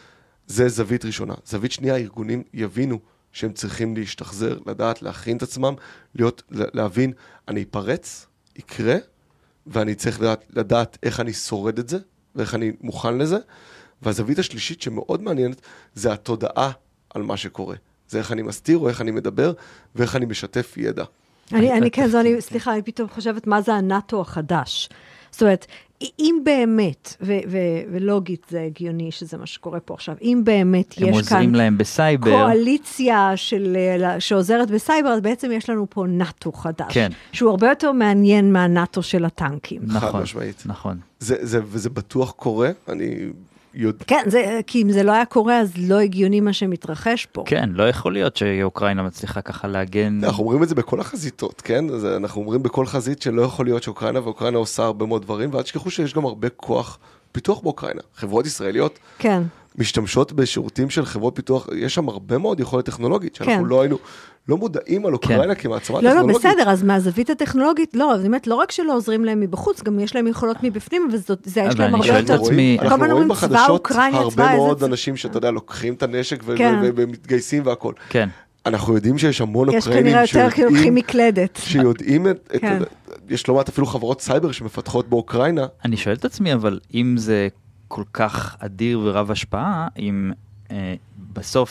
זה זווית ראשונה. זווית שנייה, הארגונים יבינו שהם צריכים להשתחזר, לדעת, להכין את עצמם, להיות, להבין, אני אפרץ, יקרה, ואני צריך לדעת, לדעת איך אני שורד את זה, ואיך אני מוכן לזה. והזווית השלישית שמאוד מעניינת, זה התודעה על מה שקורה. זה איך אני מסתיר, או איך אני מדבר, ואיך אני משתף ידע. אני, אני כן, זו, אני, סליחה, אני פתאום חושבת מה זה הנאטו החדש. זאת אומרת, אם באמת, ו- ו- ולוגית זה הגיוני שזה מה שקורה פה עכשיו, אם באמת יש כאן להם בסייבר. קואליציה של, שעוזרת בסייבר, אז בעצם יש לנו פה נאטו חדש. כן. שהוא הרבה יותר מעניין מהנאטו של הטנקים. נכון, משמעית. נכון. זה, זה, וזה בטוח קורה, אני יודע. כן, זה, כי אם זה לא היה קורה, אז לא הגיוני מה שמתרחש פה. כן, לא יכול להיות שאוקראינה מצליחה ככה להגן. אנחנו אומרים את זה בכל החזיתות, כן? אז אנחנו אומרים בכל חזית שלא יכול להיות שאוקראינה, ואוקראינה עושה הרבה מאוד דברים, ועד שכחו שיש גם הרבה כוח פיתוח באוקראינה. חברות ישראליות כן. משתמשות בשירותים של חברות פיתוח, יש שם הרבה מאוד יכולת טכנולוגית, שאנחנו כן. לא היינו, לא מודעים על אוקראינה כן. כמעצמה לא, טכנולוגית. לא, בסדר, אז מהזווית הטכנולוגית, לא, באמת, לא רק שלא עוזרים להם מבחוץ, גם יש להם יכולות מבפנים, וזה יש להם הרבה יותר. אנחנו רואים בחדשות הרבה מאוד אנשים שאתה יודע, לוקחים את הנשק ומתגייסים והכל. כן. אנחנו יודעים שיש המון יש אוקראינים שיודעים, שיודעים את, כן. את, יש לא מעט אפילו חברות סייבר שמפתחות באוקראינה. אני שואל את עצמי, אבל אם זה כל כך אדיר ורב השפעה, אם אה, בסוף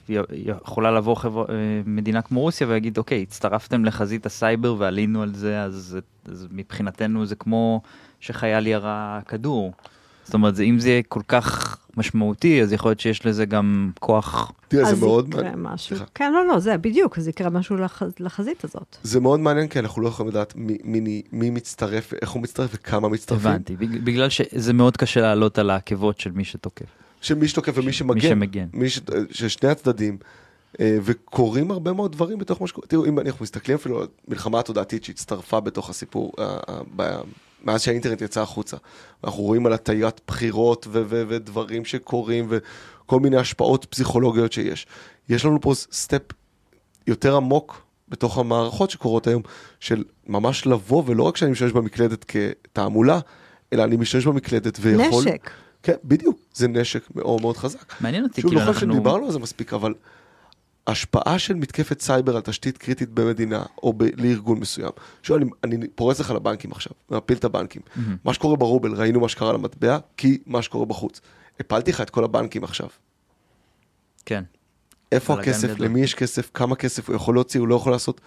יכולה לבוא חבר... מדינה כמו רוסיה ויגיד, אוקיי, הצטרפתם לחזית הסייבר ועלינו על זה, אז, אז מבחינתנו זה כמו שחייל ירה כדור. זאת אומרת, אם זה יהיה כל כך משמעותי, אז יכול להיות שיש לזה גם כוח. תראה, זה מאוד מעניין. כן, לא, לא, זה בדיוק, זה יקרה משהו לחזית הזאת. זה מאוד מעניין, כי אנחנו לא יכולים לדעת מי, מי, מי מצטרף, איך הוא מצטרף וכמה מצטרפים. הבנתי, בגלל שזה מאוד קשה לעלות על העקבות של מי שתוקף. של מי שתוקף ומי שמגן. מי שמגן. מי ש... ששני הצדדים, וקורים הרבה מאוד דברים בתוך מה שקורה. תראו, אם אנחנו מסתכלים אפילו על מלחמה התודעתית שהצטרפה בתוך הסיפור, מאז שהאינטרנט יצא החוצה. אנחנו רואים על הטיית בחירות ו- ו- ודברים שקורים וכל מיני השפעות פסיכולוגיות שיש. יש לנו פה סטפ יותר עמוק בתוך המערכות שקורות היום, של ממש לבוא, ולא רק שאני משתמש במקלדת כתעמולה, אלא אני משתמש במקלדת ויכול... נשק. כן, בדיוק. זה נשק מאוד מאוד חזק. מעניין אותי, כאילו כאילו אנחנו... שוב, לא חושב שדיברנו על זה מספיק, אבל השפעה של מתקפת סייבר על תשתית קריטית במדינה, או ב- לארגון מסוים. שוב, אני, אני פורס לך לבנקים עכשיו, מפיל את הבנקים. Mm-hmm. מה שקורה ברובל, ראינו מה שקרה למטבע, כי מה שקורה בחוץ. הפלתי לך את כל הבנקים עכשיו. כן. איפה הכסף, גדול. למי יש כסף, כמה כסף הוא יכול להוציא, הוא לא יכול לעשות.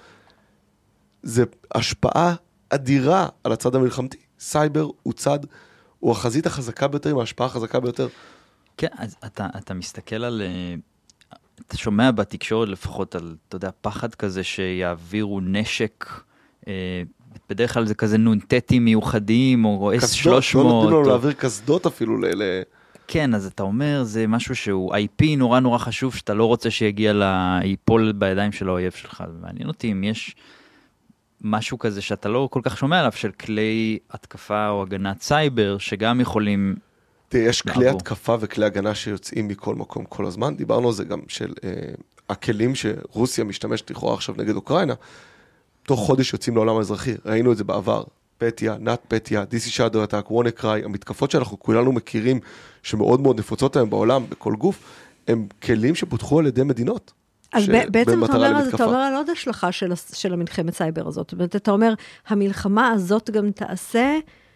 זה השפעה אדירה על הצד המלחמתי. סייבר הוא צד, הוא החזית החזקה ביותר, עם ההשפעה החזקה ביותר. כן, אז אתה, אתה מסתכל על... אתה שומע בתקשורת לפחות על, אתה יודע, פחד כזה שיעבירו נשק, אה, בדרך כלל זה כזה נונטטים מיוחדים, או אס שלוש מאות. לא נותנים לנו או... להעביר קסדות אפילו ל... כן, אז אתה אומר, זה משהו שהוא איי פי נורא נורא חשוב, שאתה לא רוצה שיגיע ליפול בידיים של האויב שלך. מעניין אותי אם יש משהו כזה שאתה לא כל כך שומע עליו, של כלי התקפה או הגנת סייבר, שגם יכולים... תראה, יש כלי התקפה וכלי הגנה שיוצאים מכל מקום כל הזמן. דיברנו על זה גם של אה, הכלים שרוסיה משתמשת לכאורה עכשיו נגד אוקראינה, תוך חודש יוצאים לעולם האזרחי. ראינו את זה בעבר. פטיה, נאט פטיה, די סי Shadow Attack, WannaCry, המתקפות שאנחנו כולנו מכירים, שמאוד מאוד נפוצות היום בעולם, בכל גוף, הם כלים שפותחו על ידי מדינות. אז בעצם אתה אומר, אתה אומר על עוד השלכה של, של המלחמת סייבר הזאת. זאת אומרת, אתה אומר, המלחמה הזאת גם תעשה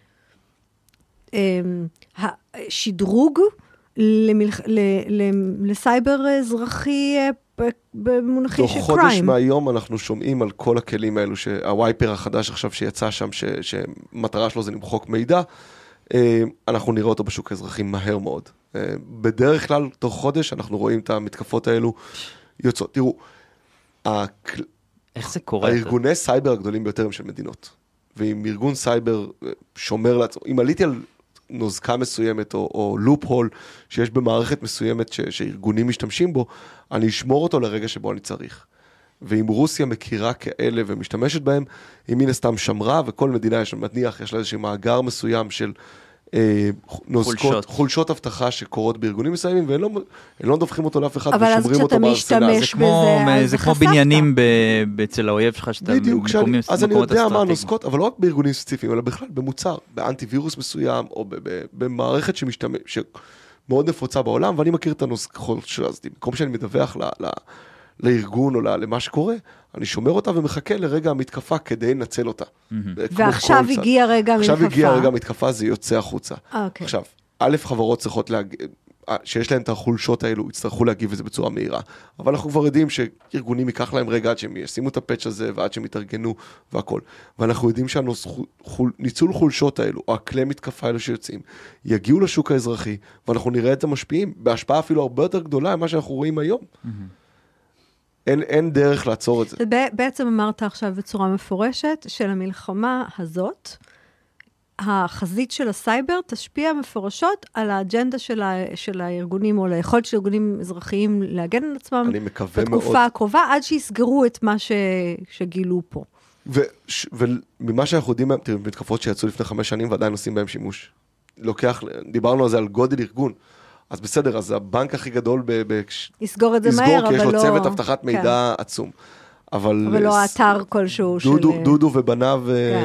שדרוג למלח... ל... ל... לסייבר אזרחי במונחי של קריים. תוך חודש מהיום אנחנו שומעים על כל הכלים האלו, שהווייפר החדש עכשיו שיצא שם, ש... שמטרה שלו זה למחוק מידע, אנחנו נראה אותו בשוק האזרחי מהר מאוד. בדרך כלל, תוך חודש אנחנו רואים את המתקפות האלו יוצאות. תראו, הכל... איך זה קורה? הארגוני סייבר הגדולים ביותר הם של מדינות. ואם ארגון סייבר שומר לעצמו, אם עליתי על נוזקה מסוימת או, או לופ הול שיש במערכת מסוימת ש, שארגונים משתמשים בו, אני אשמור אותו לרגע שבו אני צריך. ואם רוסיה מכירה כאלה ומשתמשת בהם, היא מן הסתם שמרה, וכל מדינה יש מניח, יש לה איזשהו מאגר מסוים של אה, נוזקות, חולשות. חולשות הבטחה שקורות בארגונים מסוימים, והם לא, לא מדווחים אותו לאף אחד, ושומרים אותו בארסנל. זה כמו, בזה, זה כמו בניינים ב, אצל האויב שלך, שאתה בדיוק, שאני, אז אני יודע מה הנוזקות, אבל לא רק בארגונים ספציפיים, אלא בכלל במוצר, באנטיווירוס מסוים, או ב, ב, במערכת שמשתמש, שמאוד נפוצה בעולם, ואני מכיר את הנוזקות שלה, אז במקום שאני מדווח ל, ל, לארגון או למה שקורה, אני שומר אותה ומחכה לרגע המתקפה כדי לנצל אותה. ועכשיו הגיע רגע המתקפה. עכשיו הגיע רגע המתקפה, זה יוצא החוצה. עכשיו, א', חברות צריכות להגיב, שיש להן את החולשות האלו, יצטרכו להגיב את זה בצורה מהירה. אבל אנחנו כבר יודעים שארגונים ייקח להם רגע עד שהם ישימו את הפאץ' הזה, ועד שהם יתארגנו והכל. ואנחנו יודעים שהניצול חולשות האלו, או הכלי מתקפה האלו שיוצאים, יגיעו לשוק האזרחי, ואנחנו נראה את זה משפיעים, בהשפעה אפילו הרבה יותר גדולה ממה שאנחנו רואים היום. אין, אין דרך לעצור את זה. בעצם אמרת עכשיו בצורה מפורשת של המלחמה הזאת, החזית של הסייבר תשפיע מפורשות על האג'נדה של, ה, של הארגונים, או ליכולת של ארגונים אזרחיים להגן על עצמם. אני מקווה מאוד. בתקופה הקרובה, עד שיסגרו את מה ש, שגילו פה. ו, ש, וממה שאנחנו יודעים, תראו, מתקפות שיצאו לפני חמש שנים, ועדיין עושים בהם שימוש. לוקח, דיברנו על זה, על גודל ארגון. אז בסדר, אז הבנק הכי גדול ב... ב יסגור את זה מהר, אבל לא... כי יש לו צוות הבטחת מידע עצום. אבל... אבל לא האתר כלשהו של... דודו ובניו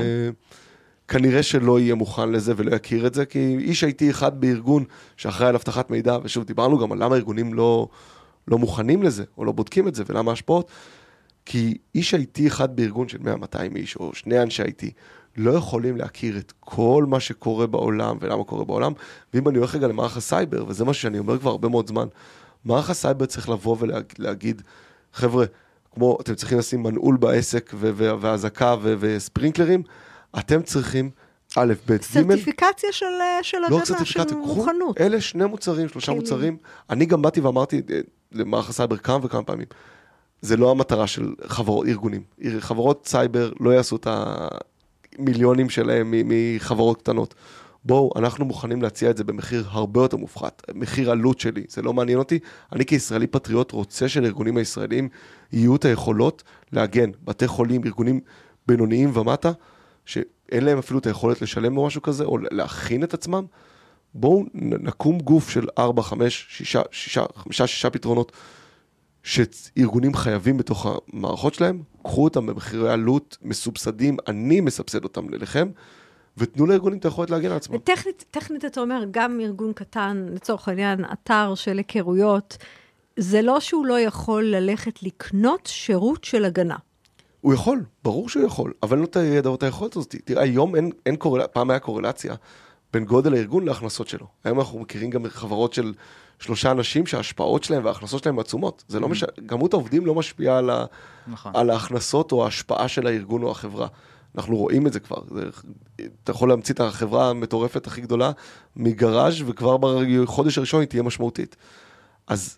כנראה שלא יהיה מוכן לזה ולא יכיר את זה, כי איש הייתי אחד בארגון שאחראי על הבטחת מידע, ושוב, דיברנו גם על למה ארגונים לא מוכנים לזה, או לא בודקים את זה, ולמה ההשפעות. כי איש הייתי אחד בארגון של מאה מאתיים איש, או שני אנשי הייתי, לא יכולים להכיר את כל מה שקורה בעולם ולמה קורה בעולם, ואם אני הולך רגע למערך הסייבר, וזה מה שאני אומר כבר הרבה מאוד זמן, מערך הסייבר צריך לבוא ולהגיד, חבר'ה, כמו אתם צריכים לשים מנעול בעסק והזקה וספרינקלרים, אתם צריכים א', ב', ג'. סרטיפיקציה של הגנה, של מוכנות. אלה שני מוצרים, שלושה מוצרים. אני גם באתי ואמרתי למערך הסייבר כמה וכמה פעמים, זה לא המטרה של חברות, ארגונים. חברות סייבר לא יעשו את המיליונים שלהם מחברות קטנות. בואו, אנחנו מוכנים להציע את זה במחיר הרבה יותר מופחת. מחיר עלות שלי, זה לא מעניין אותי. אני כישראלי פטריוט רוצה שלארגונים הישראלים יהיו את היכולות להגן. בתי חולים, ארגונים בינוניים ומטה, שאין להם אפילו את היכולת לשלם או משהו כזה, או להכין את עצמם. בואו נקום גוף של ארבע, חמש, שישה, שישה, חמישה, שישה פתרונות, שארגונים חייבים בתוך המערכות שלהם, קחו אותם במחירי עלות מסובסדים, אני מסבסד אותם לכם, ותנו לארגונים את היכולת להגן על עצמם. וטכנית, טכנית אתה אומר, גם ארגון קטן, לצורך העניין, אתר של היכרויות, זה לא שהוא לא יכול ללכת לקנות שירות של הגנה. הוא יכול, ברור שהוא יכול, אבל אין לו את הידע ואת היכולת הזאת. תראה, היום אין, אין קורלציה, פעם היה קורלציה בין גודל הארגון להכנסות שלו. היום אנחנו מכירים גם חברות של שלושה אנשים שההשפעות שלהם וההכנסות שלהם עצומות. זה לא משנה, כמות העובדים לא משפיעה על, ה, נכון. על ההכנסות או ההשפעה של הארגון או החברה. אנחנו רואים את זה כבר. זה, אתה יכול להמציא את החברה המטורפת הכי גדולה מגראז' וכבר בחודש הראשון היא תהיה משמעותית. אז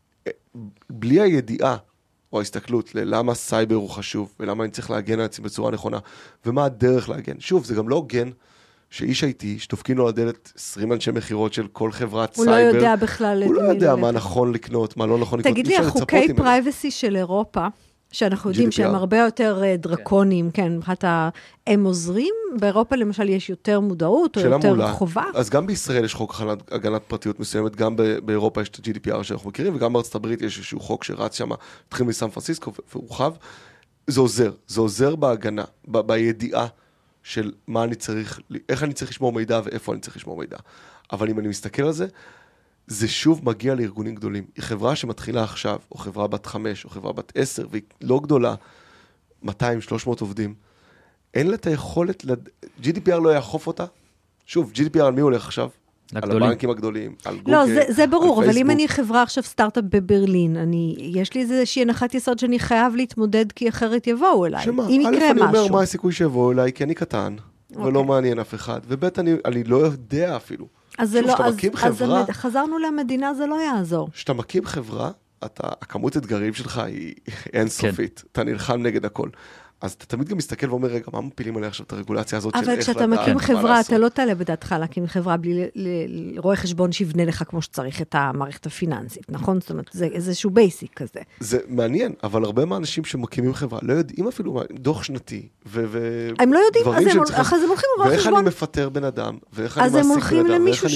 בלי הידיעה או ההסתכלות ללמה סייבר הוא חשוב, ולמה אני צריך להגן על עצמי בצורה נכונה, ומה הדרך להגן. שוב, זה גם לא הוגן שאיש איי-טי, שדופקים לו לדלת עשרים אנשי מחירות של כל חברת הוא סייבר. הוא לא יודע בכלל. הוא לא יודע מה נכון לקנות, מה לא נכון לקנות. תגיד לי, החוקי פרייבסי של אירופה, שאנחנו יודעים שהם הרבה יותר דרקוניים, כן, הם עוזרים, באירופה למשל יש יותר מודעות, או יותר חובה. אז גם בישראל יש חוק הגנת פרטיות מסוימת, גם באירופה יש את ה-ג'י די פי אר שאנחנו מכירים, וגם בארצות הברית יש איזשהו חוק שרץ שם, התחיל מסן פרנסיסקו והורחב. זה עוזר, זה עוזר בהגנה, בידיעה של מה אני צריך, איך אני צריך לשמור מידע ואיפה אני צריך לשמור מידע. אבל אם אני מסתכל על זה, זה שוב מגיע לארגונים גדולים. היא חברה שמתחילה עכשיו, או חברה בת חמש, או חברה בת עשר, והיא לא גדולה, מאתיים שלוש מאות עובדים, אין לה את היכולת, ג'י די פי אר לא יאכוף אותה. שוב, ג'י די פי אר על מי הולך עכשיו? לגדולים. על הבנקים הגדולים, על גוגל, לא, זה, זה ברור, על אבל אם אני חברה עכשיו סטארט-אפ בברלין, אני, יש לי איזושהי הנחת יסוד שאני חייב להתמודד, כי אחרת יבואו אליי. שמה, אם יקרה משהו. א', אני אומר מה הסיכוי שיבואו אליי, כי אני קטן, okay. ולא מעניין אף אחד, וב' אני, אני לא יודע אפילו. אז זה לא, אז, חברה, אז חזרנו למדינה, זה לא יעזור. כשאתה מקים חברה, אתה, הכמות אתגרים שלך היא אינסופית. כן. אתה נלחם נגד הכל. אז אתה תמיד גם מסתכל ואומר, רגע, מה מפילים עליה עכשיו את הרגולציה הזאת של איך לדעת? אבל כשאתה מקים חברה, אתה לא תעלה בדעתך להקים חברה בלי רואה חשבון שיבנה לך כמו שצריך את המערכת הפיננסית, נכון? זאת אומרת, זה איזשהו בייסיק כזה. זה מעניין, אבל הרבה מהאנשים שמקימים חברה לא יודעים אפילו דוח שנתי, הם לא יודעים, אז הם הולכים רואה חשבון. ואיך אני מפטר בן אדם, ואיך אני מעסיק בן אדם, אז הם הולכים למישהו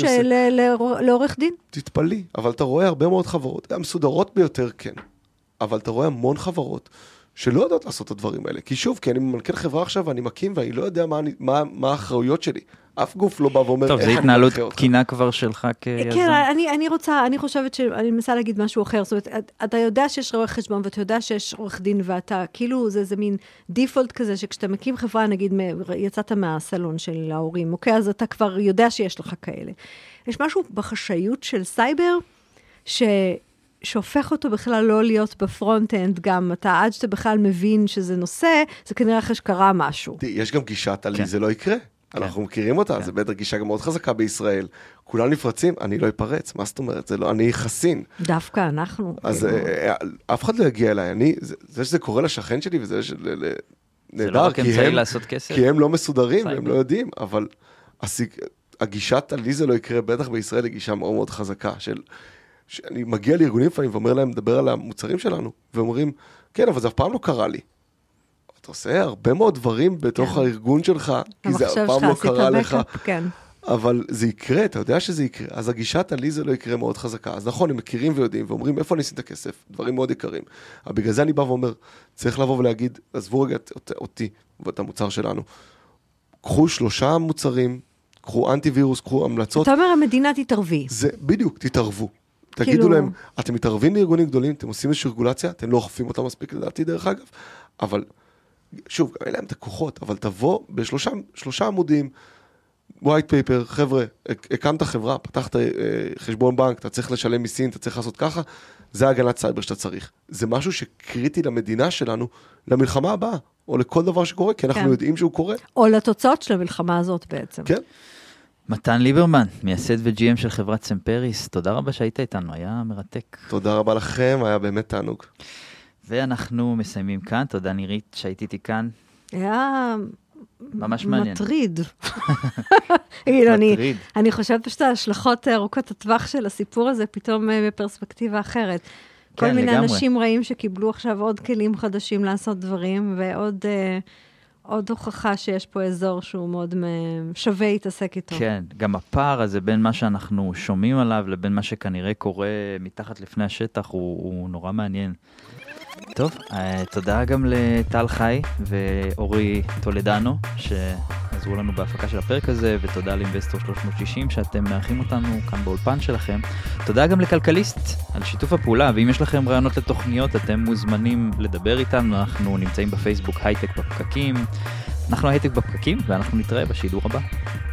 לעורך דין? תתפלאי, אבל אתה רואה הרבה מאוד חברות, גם סודרות ביותר, כן. אבל אתה רואה המון חברות שלא יודעות לעשות את הדברים האלה. כי שוב, כי אני מנכ"ל חברה עכשיו, ואני מקים, ואני לא יודע מה, מה, מה האחריות שלי. אף גוף לא בא ואומר, טוב, זה התנהלות תקינה כבר שלך כיזם. כן, אני, אני רוצה, אני חושבת שאני מנסה להגיד משהו אחר. זאת אומרת, אתה יודע שיש רואה חשבון, ואתה יודע שיש עורך דין, ואתה, כאילו, זה, זה מין דיפולט כזה, שכשאתה מקים חברה, נגיד, יצאת מהסלון של ההורים, אוקיי? אז אתה כבר יודע שיש לך כאלה. יש משהו בחשאיות של סייבר, ש... שהופך אותו בכלל לא להיות בפרונט-אנד, גם אתה, עד שאתה בכלל מבין שזה נושא, זה כנראה אחרי שקרה משהו. יש גם גישה, תלי, זה לא יקרה. אנחנו מכירים אותה, זה בטח גישה גם מאוד חזקה בישראל. כולם נפרצים, אני לא אפרץ, מה זאת אומרת? זה לא, אני חסין. דווקא אנחנו. אז אף אחד לא יגיע אליי, אני, זה שזה קורה לשכן שלי, וזה נהדר, כי הם לא מסודרים, והם לא יודעים, אבל הגישה, תלי, זה לא יקרה, בטח בישראל, היא גישה מאוד מאוד חזקה של... שאני מגיע לארגונים לפעמים ואומר להם, מדבר על המוצרים שלנו, ואומרים, כן, אבל זה אף פעם לא קרה לי. אתה עושה הרבה מאוד דברים בתוך הארגון שלך, כי זה אף פעם לא קרה לך. אבל זה יקרה, אתה יודע שזה יקרה. אז הגישה תלי זה לא יקרה מאוד חזקה. אז נכון, הם מכירים ויודעים, ואומרים, איפה אני אשים את הכסף? דברים מאוד יקרים. אבל בגלל זה אני בא ואומר, צריך לבוא ולהגיד, עזבו רגע אותי ואת המוצר שלנו. קחו שלושה מוצרים, קחו אנטיווירוס, קחו המלצות. אתה אומר, המדינה תתערבי. זה בדיוק, תתערבו. תגידו להם, אתם מתערבים לארגונים גדולים, אתם עושים איזושהי רגולציה, אתם לא אוכפים אותם מספיק לדעתי דרך אגב, אבל, שוב, אין להם את הכוחות, אבל תבוא בשלושה שלושה עמודים, white paper, חבר'ה, הקמת חברה, פתחת חשבון בנק, אתה צריך לשלם מיסים, אתה צריך לעשות ככה, זה הגנת סייבר שאתה צריך. זה משהו שקריטי למדינה שלנו, למלחמה הבאה, או לכל דבר שקורה, כי אנחנו כן. יודעים שהוא קורה. או לתוצאות של המלחמה הזאת בעצם. כן. מתן ליברמן, מייסד ו-ג'י אם של חברת סמפריס, תודה רבה שהיית איתנו, היה מרתק. תודה רבה לכם, היה באמת תענוג. ואנחנו מסיימים כאן, תודה נירית שהייתי איתי כאן. היה ממש מעניין. מטריד. מטריד. אני חושבת פשוט ההשלכות ארוכות הטווח של הסיפור הזה, פתאום בפרספקטיבה אחרת. כל מיני אנשים רעים שקיבלו עכשיו עוד כלים חדשים לעשות דברים, ועוד עוד הוכחה שיש פה אזור שהוא מאוד שווה להתעסק איתו. כן, גם הפער הזה בין מה שאנחנו שומעים עליו, לבין מה שכנראה קורה מתחת לפני השטח, הוא, הוא נורא מעניין. טוב, תודה גם לטל חי ואורי טולדנו, שעזרו לנו בהפקה של הפרק הזה, ותודה לאינבסטור שלוש מאות שישים, שאתם מארחים אותנו כאן באולפן שלכם. תודה גם לכלכליסט על שיתוף הפעולה, ואם יש לכם רעיונות לתוכניות, אתם מוזמנים לדבר איתנו, אנחנו נמצאים בפייסבוק הייטק בפקקים, אנחנו הייטק בפקקים, ואנחנו נתראה בשידור הבא.